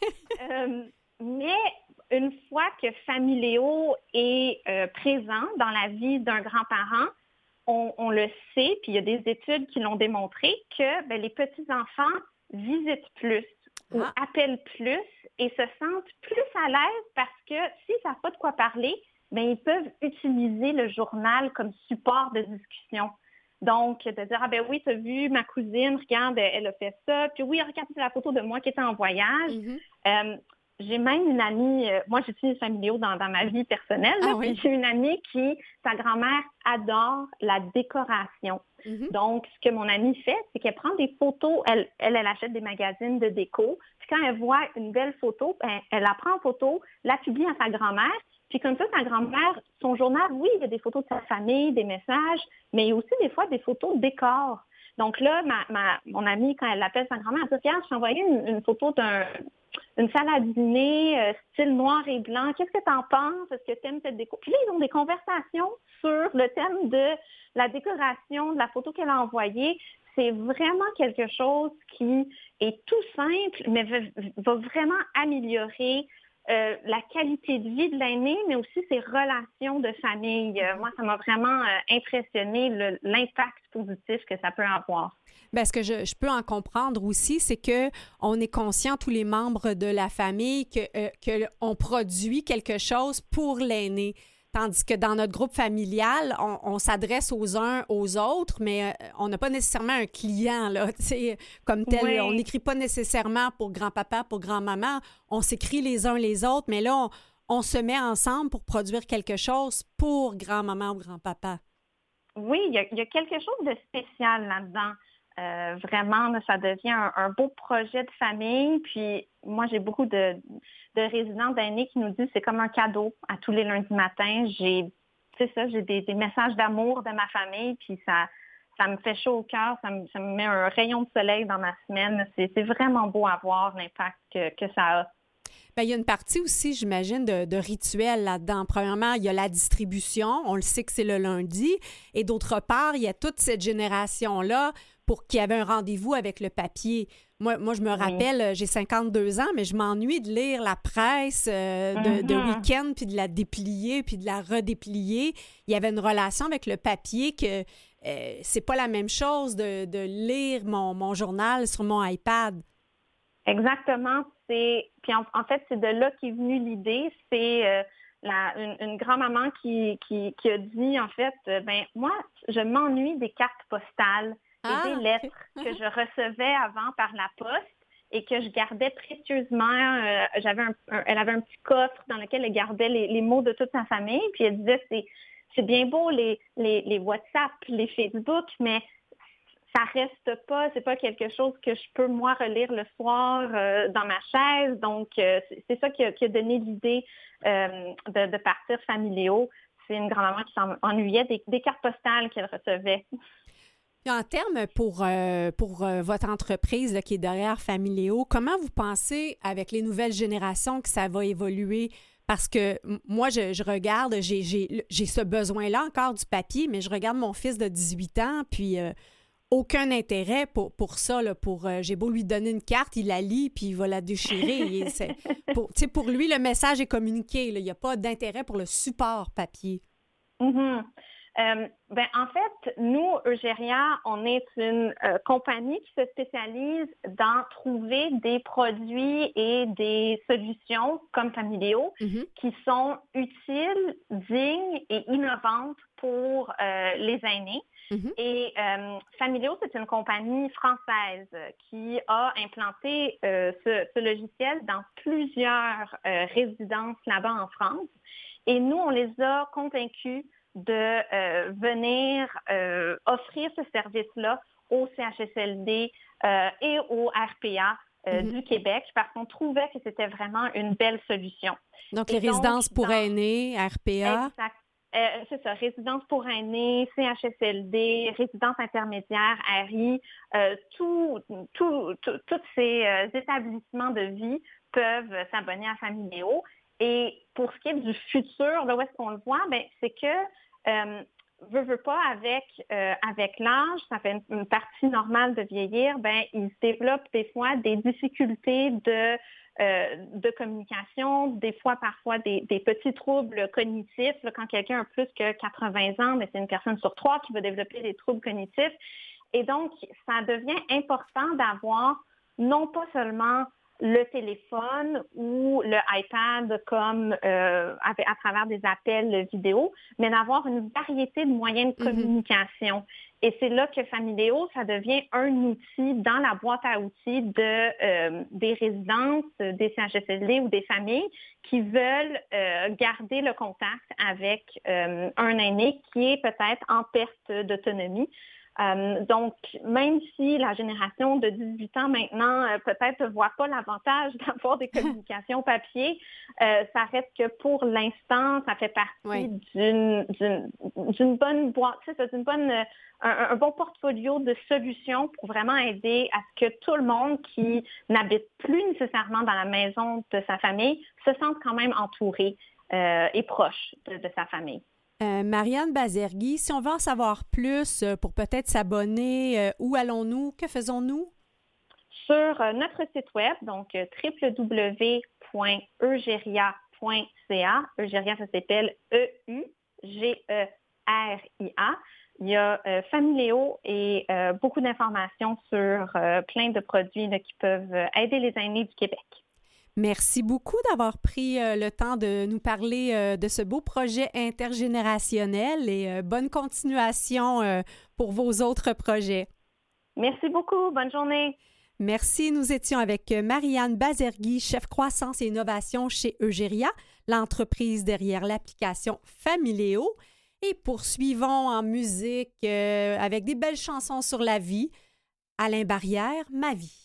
F: euh, mais... Une fois que Familéo est euh, présent dans la vie d'un grand-parent, on, on le sait, puis il y a des études qui l'ont démontré, que ben, les petits-enfants visitent plus ou ah. appellent plus et se sentent plus à l'aise parce que s'ils ne savent pas de quoi parler, ben, ils peuvent utiliser le journal comme support de discussion. Donc, de dire, ah ben oui, tu as vu ma cousine, regarde, elle a fait ça. Puis oui, regarde, c'est la photo de moi qui était en voyage. Mm-hmm. Euh, J'ai même une amie, euh, moi j'utilise Familéo dans, dans ma vie personnelle, là, ah oui. Puis j'ai une amie qui, sa grand-mère adore la décoration. Mm-hmm. Donc, ce que mon amie fait, c'est qu'elle prend des photos, elle, elle, elle achète des magazines de déco, puis quand elle voit une belle photo, ben, elle la prend en photo, la publie à sa grand-mère, puis comme ça, sa grand-mère, son journal, oui, il y a des photos de sa famille, des messages, mais il y a aussi des fois des photos de décor. Donc là, ma, ma, mon amie, quand elle appelle sa grand-mère, elle dit, regarde, je t'ai envoyé une, une photo d'un... une salle à dîner, euh, style noir et blanc. Qu'est-ce que tu en penses? Est-ce que tu aimes cette déco? Puis là, ils ont des conversations sur le thème de la décoration, de la photo qu'elle a envoyée. C'est vraiment quelque chose qui est tout simple, mais va, va vraiment améliorer euh, la qualité de vie de l'aîné, mais aussi ses relations de famille. Euh, moi, ça m'a vraiment euh, impressionné le, l'impact positif que ça peut avoir.
A: Bien, ce que je, je peux en comprendre aussi, c'est qu'on est conscient, tous les membres de la famille, que, euh, que on produit quelque chose pour l'aîné. Tandis que dans notre groupe familial, on, on s'adresse aux uns aux autres, mais euh, on n'a pas nécessairement un client, là, comme tel. Oui. On n'écrit pas nécessairement pour grand-papa, pour grand-maman. On s'écrit les uns les autres, mais là, on, on se met ensemble pour produire quelque chose pour grand-maman ou grand-papa.
F: Oui, il y, a, il y a quelque chose de spécial là-dedans. Euh, vraiment, là, ça devient un, un beau projet de famille. Puis moi, j'ai beaucoup de, de résidents d'aînés qui nous disent que c'est comme un cadeau à tous les lundis matins. J'ai, c'est ça, j'ai des, des messages d'amour de ma famille, puis ça, ça me fait chaud au cœur, ça me, ça me met un rayon de soleil dans ma semaine. C'est, c'est vraiment beau à voir l'impact que, que ça a.
A: Bien, il y a une partie aussi, j'imagine, de, de rituel là-dedans. Premièrement, il y a la distribution. On le sait que c'est le lundi. Et d'autre part, il y a toute cette génération-là pour qui avait un rendez-vous avec le papier. Moi, moi je me rappelle, oui. J'ai cinquante-deux ans, mais je m'ennuie de lire la presse euh, de, mm-hmm. de week-end, puis de la déplier, puis de la redéplier. Il y avait une relation avec le papier que euh, c'est pas la même chose de, de lire mon, mon journal sur mon iPad.
F: Exactement. C'est puis en, en fait, c'est de là qu'est venue l'idée. C'est euh, la, une, une grand-maman qui, qui, qui a dit, en fait, euh, ben moi, je m'ennuie des cartes postales et ah, des lettres okay. que je recevais avant par la poste et que je gardais précieusement. Euh, j'avais un, un, elle avait un petit coffre dans lequel elle gardait les, les mots de toute sa famille. Puis elle disait, c'est, c'est bien beau les, les, les WhatsApp, les Facebook, mais ça reste pas, c'est pas quelque chose que je peux, moi, relire le soir euh, dans ma chaise. Donc, euh, c'est, c'est ça qui a, qui a donné l'idée euh, de, de partir Familéo. C'est une grand-maman qui s'ennuyait des, des cartes postales qu'elle recevait.
A: Et en termes pour, euh, pour euh, votre entreprise là, qui est derrière Familéo, comment vous pensez, avec les nouvelles générations, que ça va évoluer? Parce que moi, je, je regarde, j'ai, j'ai, j'ai ce besoin-là encore du papier, mais je regarde mon fils de dix-huit ans, puis... Euh, aucun intérêt pour, pour ça. Là, pour, euh, j'ai beau lui donner une carte, il la lit puis il va la déchirer. Et c'est, pour, pour lui, le message est communiqué. Là, il n'y a pas d'intérêt pour le support papier.
F: Mm-hmm. Euh, ben, en fait, nous, Eugéria, on est une euh, compagnie qui se spécialise dans trouver des produits et des solutions comme Familéo mm-hmm. qui sont utiles, dignes et innovantes pour euh, les aînés. Mm-hmm. Et euh, Familéo, c'est une compagnie française qui a implanté euh, ce, ce logiciel dans plusieurs euh, résidences là-bas en France. Et nous, on les a convaincus de euh, venir euh, offrir ce service-là au C H S L D euh, et au R P A euh, mm-hmm. du Québec parce qu'on trouvait que c'était vraiment une belle solution.
A: Donc, et les donc, résidences pour dans... aînés, R P A.
F: Exact. Euh, c'est ça, résidence pour aînés, C H S L D, résidence intermédiaire, R I, euh, tout, tout, tout, tous ces euh, établissements de vie peuvent s'abonner à Familéo. Et pour ce qui est du futur, là où est-ce qu'on le voit, ben, c'est que euh, veut, veut pas, avec, euh, avec l'âge, ça fait une, une partie normale de vieillir, ben, il se développe des fois des difficultés de Euh, de communication, des fois, parfois, des, des petits troubles cognitifs. Là, quand quelqu'un a plus que quatre-vingts ans, mais c'est une personne sur trois qui va développer des troubles cognitifs. Et donc, ça devient important d'avoir non pas seulement le téléphone ou le iPad comme euh, à, à travers des appels vidéo, mais d'avoir une variété de moyens de communication. Mm-hmm. Et c'est là que Familéo, ça devient un outil dans la boîte à outils de, euh, des résidences, des C H S L D ou des familles qui veulent euh, garder le contact avec euh, un aîné qui est peut-être en perte d'autonomie. Euh, donc, même si la génération de dix-huit ans maintenant euh, peut-être ne voit pas l'avantage d'avoir des communications papier, euh, ça reste que pour l'instant, ça fait partie oui. d'une, d'une, d'une bonne boîte, c'est d'une bonne, un, un bon portfolio de solutions pour vraiment aider à ce que tout le monde qui n'habite plus nécessairement dans la maison de sa famille se sente quand même entouré euh, et proche de, de sa famille.
A: Euh, Marianne Bazergui, si on veut en savoir plus euh, pour peut-être s'abonner, euh, où allons-nous? Que faisons-nous?
F: Sur euh, notre site web, donc euh, w w w point eugéria point c a. Eugéria, ça s'appelle E U G E R I A. Il y a euh, Familéo et euh, beaucoup d'informations sur euh, plein de produits là, qui peuvent aider les aînés du Québec.
A: Merci beaucoup d'avoir pris euh, le temps de nous parler euh, de ce beau projet intergénérationnel et euh, bonne continuation euh, pour vos autres projets.
F: Merci beaucoup. Bonne journée.
A: Merci. Nous étions avec Marianne Bazergui, chef croissance et innovation chez Eugéria, l'entreprise derrière l'application Familéo. Et poursuivons en musique euh, avec des belles chansons sur la vie. Alain Barrière, Ma vie.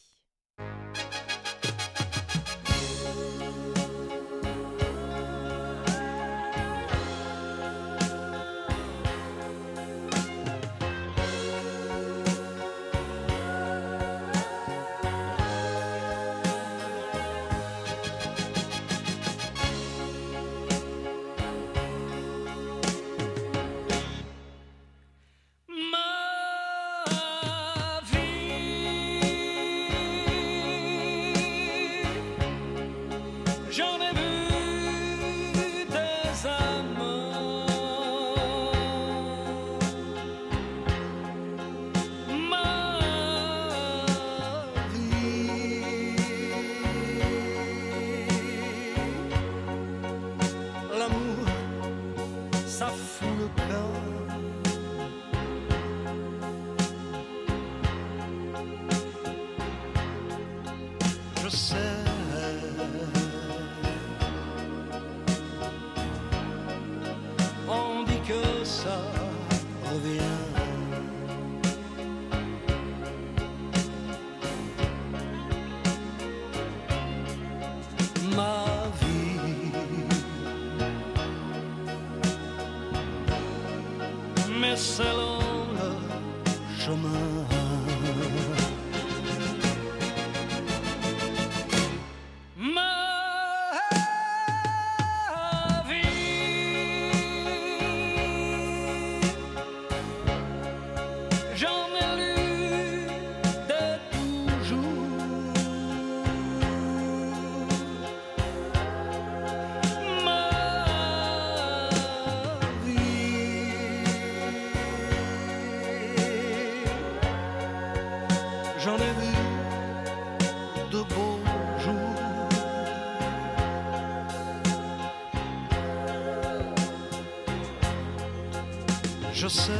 B: Je sais,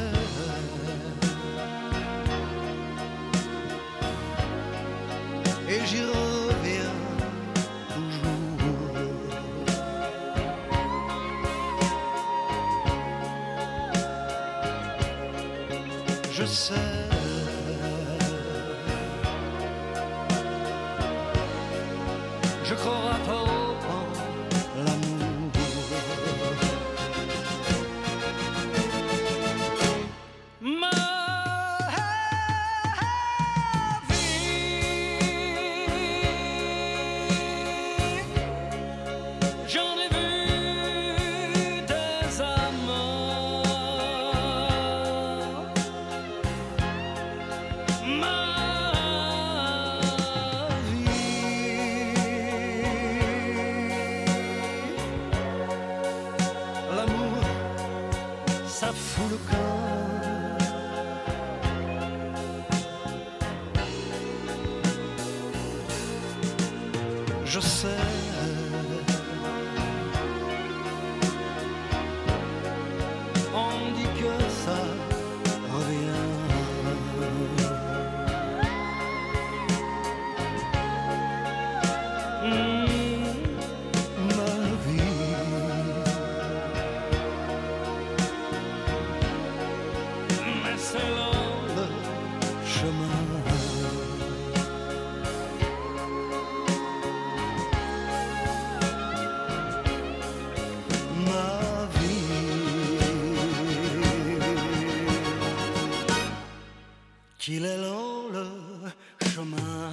B: et j'y reviens toujours. Je sais, je crois trop en l'amour. Je sais, on dit que ça revient. Mmh, ma vie, mais c'est long le chemin. Qu'il est long le chemin.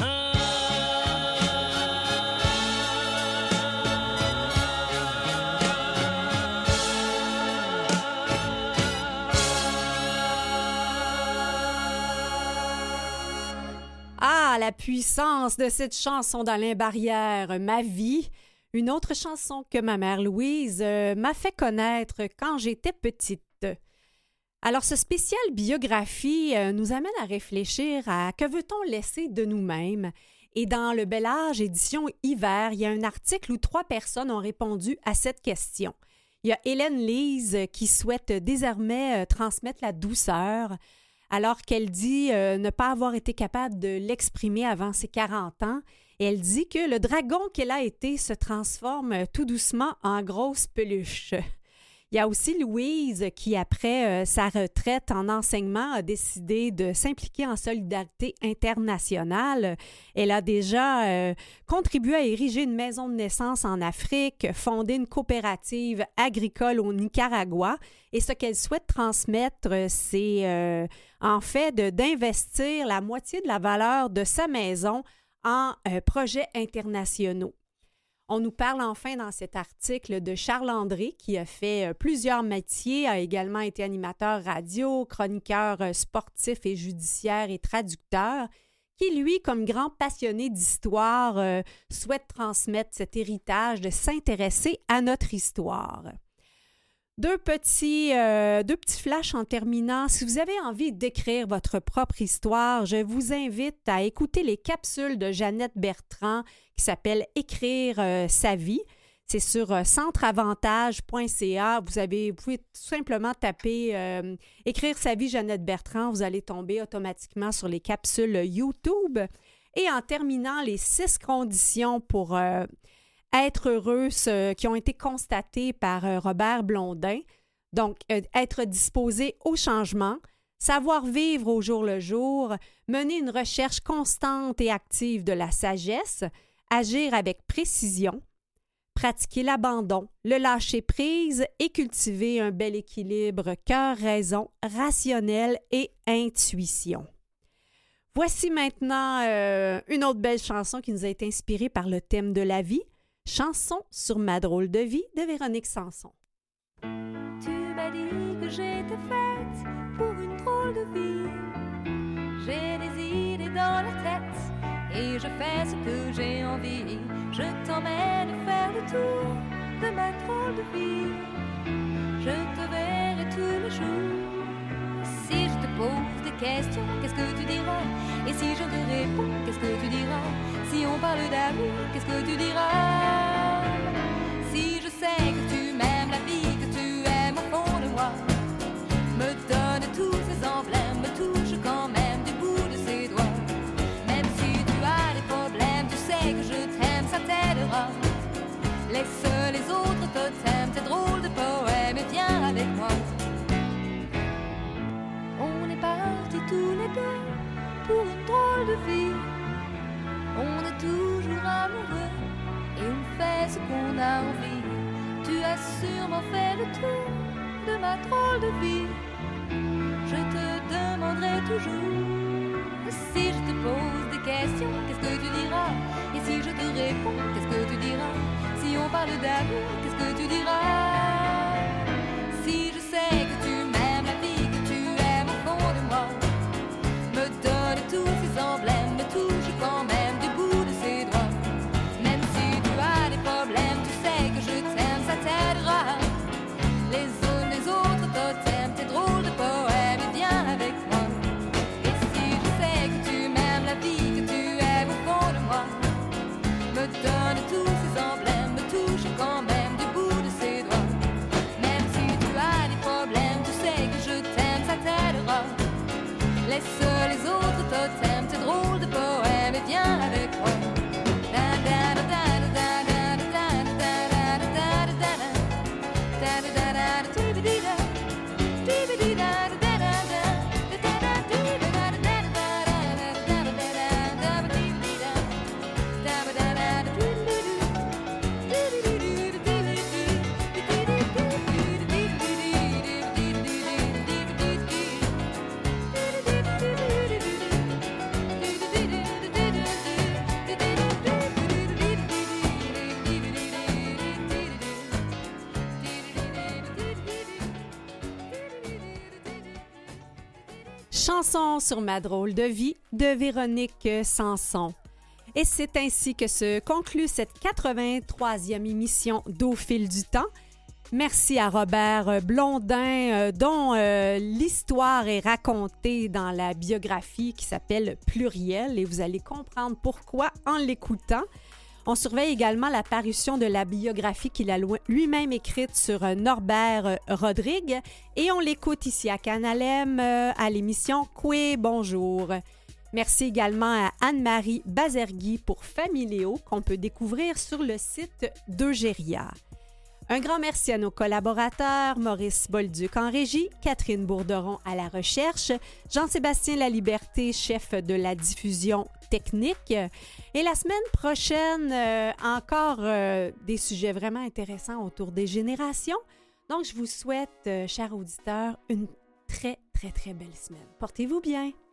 A: Ah, la puissance de cette chanson d'Alain Barrière, Ma vie. Une autre chanson que ma mère Louise euh, m'a fait connaître quand j'étais petite. Alors, ce spécial biographie euh, nous amène à réfléchir à que veut-on laisser de nous-mêmes. Et dans le Bel Âge, édition hiver, il y a un article où trois personnes ont répondu à cette question. Il y a Hélène Lise qui souhaite désormais euh, transmettre la douceur, alors qu'elle dit euh, ne pas avoir été capable de l'exprimer avant ses quarante ans. Et elle dit que le dragon qu'elle a été se transforme tout doucement en grosse peluche. Il y a aussi Louise qui, après euh, sa retraite en enseignement, a décidé de s'impliquer en solidarité internationale. Elle a déjà euh, contribué à ériger une maison de naissance en Afrique, fondé une coopérative agricole au Nicaragua. Et ce qu'elle souhaite transmettre, c'est euh, en fait de, d'investir la moitié de la valeur de sa maison en euh, projets internationaux. On nous parle enfin dans cet article de Charles André, qui a fait plusieurs métiers, a également été animateur radio, chroniqueur sportif et judiciaire et traducteur, qui, lui, comme grand passionné d'histoire, euh, souhaite transmettre cet héritage de s'intéresser à notre histoire. Deux petits, euh, deux petits flashs en terminant. Si vous avez envie d'écrire votre propre histoire, je vous invite à écouter les capsules de Jeannette Bertrand qui s'appelle « Écrire euh, sa vie ». C'est sur euh, centre avantage point c a. Vous, avez, vous pouvez tout simplement taper euh, « Écrire sa vie Jeannette Bertrand ». Vous allez tomber automatiquement sur les capsules YouTube. Et en terminant, les six conditions pour... Euh, être heureux, ce, qui ont été constatées par euh, Robert Blondin. Donc, euh, être disposé au changement, savoir vivre au jour le jour, mener une recherche constante et active de la sagesse, agir avec précision, pratiquer l'abandon, le lâcher-prise et cultiver un bel équilibre cœur-raison, rationnel et intuition. Voici maintenant euh, une autre belle chanson qui nous a été inspirée par le thème de la vie. Chanson sur ma drôle de vie de Véronique Sanson.
G: Tu m'as dit que j'étais faite pour une drôle de vie. J'ai des idées dans la tête et je fais ce que j'ai envie. Je t'emmène faire le tour de ma drôle de vie. Je te verrai tous les jours. Si je te pose des questions, qu'est-ce que tu diras? Et si je te réponds, qu'est-ce que tu diras? Si on parle d'amour, qu'est-ce que tu diras? Si je sais que tu m'aimes la vie, que tu aimes au fond de moi, me donne tous ces emblèmes, me touche quand même du bout de ses doigts. Même si tu as des problèmes, tu sais que je t'aime, ça t'aidera. Laisse les autres totems, tes drôles de poèmes, et viens avec moi. On est partis tous les deux pour une drôle de vie. On est toujours amoureux et on fait ce qu'on a envie. Tu as sûrement fait le tour de ma drôle de vie. Je te demanderai toujours. Si je te pose des questions, qu'est-ce que tu diras? Et si je te réponds, qu'est-ce que tu diras? Si on parle d'amour, qu'est-ce que tu diras? Si je sais que tu m'aimes la vie, que tu aimes au fond de moi, me donne tous ces emblèmes, me touche quand même. Donne tous ces emblèmes, me touche quand même du bout de ses doigts. Même si tu as des problèmes, tu sais que je t'aime, ça t'aidera. Laisse les autres totems, tes drôles de poèmes, et viens avec moi.
A: Chanson sur ma drôle de vie de Véronique Sanson. Et c'est ainsi que se conclut cette quatre-vingt-troisième émission d'Au fil du temps. Merci à Robert Blondin, euh, dont euh, l'histoire est racontée dans la biographie qui s'appelle Pluriel, et vous allez comprendre pourquoi en l'écoutant. On surveille également la parution de la biographie qu'il a lui-même écrite sur Norbert Rodrigue, et on l'écoute ici à Canalem euh, à l'émission Coué Bonjour. Merci également à Anne-Marie Bazergui pour Familéo, qu'on peut découvrir sur le site d'Eugéria. Un grand merci à nos collaborateurs, Maurice Bolduc en régie, Catherine Bourderon à la recherche, Jean-Sébastien Laliberté, chef de la diffusion technique. Et la semaine prochaine, euh, encore euh, des sujets vraiment intéressants autour des générations. Donc, je vous souhaite, euh, chers auditeurs, une très, très, très belle semaine. Portez-vous bien!